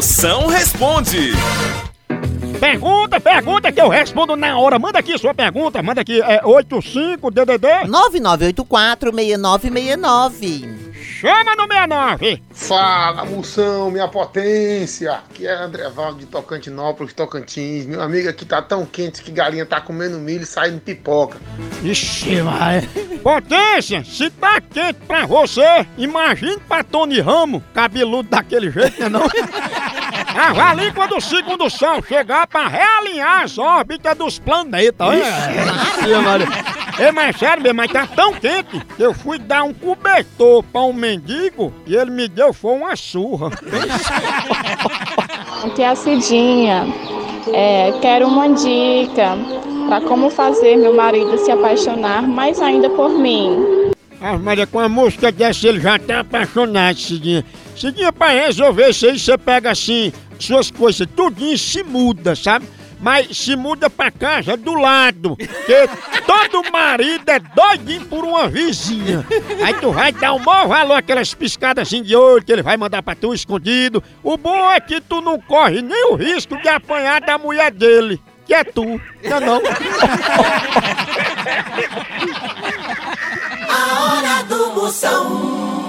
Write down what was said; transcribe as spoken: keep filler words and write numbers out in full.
Moção responde. Pergunta, pergunta que eu respondo na hora. Manda aqui sua pergunta, manda aqui. É oitenta e cinco D D D nove nove oito quatro, seis nove seis nove. Chama no sessenta e nove. Fala, Moção, minha potência. Aqui é André Valdo de Tocantinópolis, Tocantins. Meu amigo, aqui tá tão quente que galinha tá comendo milho e saindo pipoca. Ixi, vai. Potência, se tá quente pra você, imagine pra Tony Ramos, cabeludo daquele jeito, né não? Avalie quando o segundo sol chegar pra realinhar as órbitas dos planetas. É, mas sério mesmo, mas tá tão quente que eu fui dar um cobertor pra um mendigo e ele me deu foi uma surra. Aqui é a Cidinha. É, quero uma dica pra como fazer meu marido se apaixonar mais ainda por mim. Ah, Maria, com a música dessa ele já tá apaixonado, Cidinha. Cidinha, pra resolver isso aí, você pega assim, suas coisas, tudinho se muda, sabe? Mas se muda pra casa do lado, porque todo marido é doidinho por uma vizinha. Aí tu vai dar o maior valor aquelas piscadas assim de olho que ele vai mandar pra tu escondido. O bom é que tu não corre nem o risco de apanhar da mulher dele, que é tu, não é não? A hora do Moção.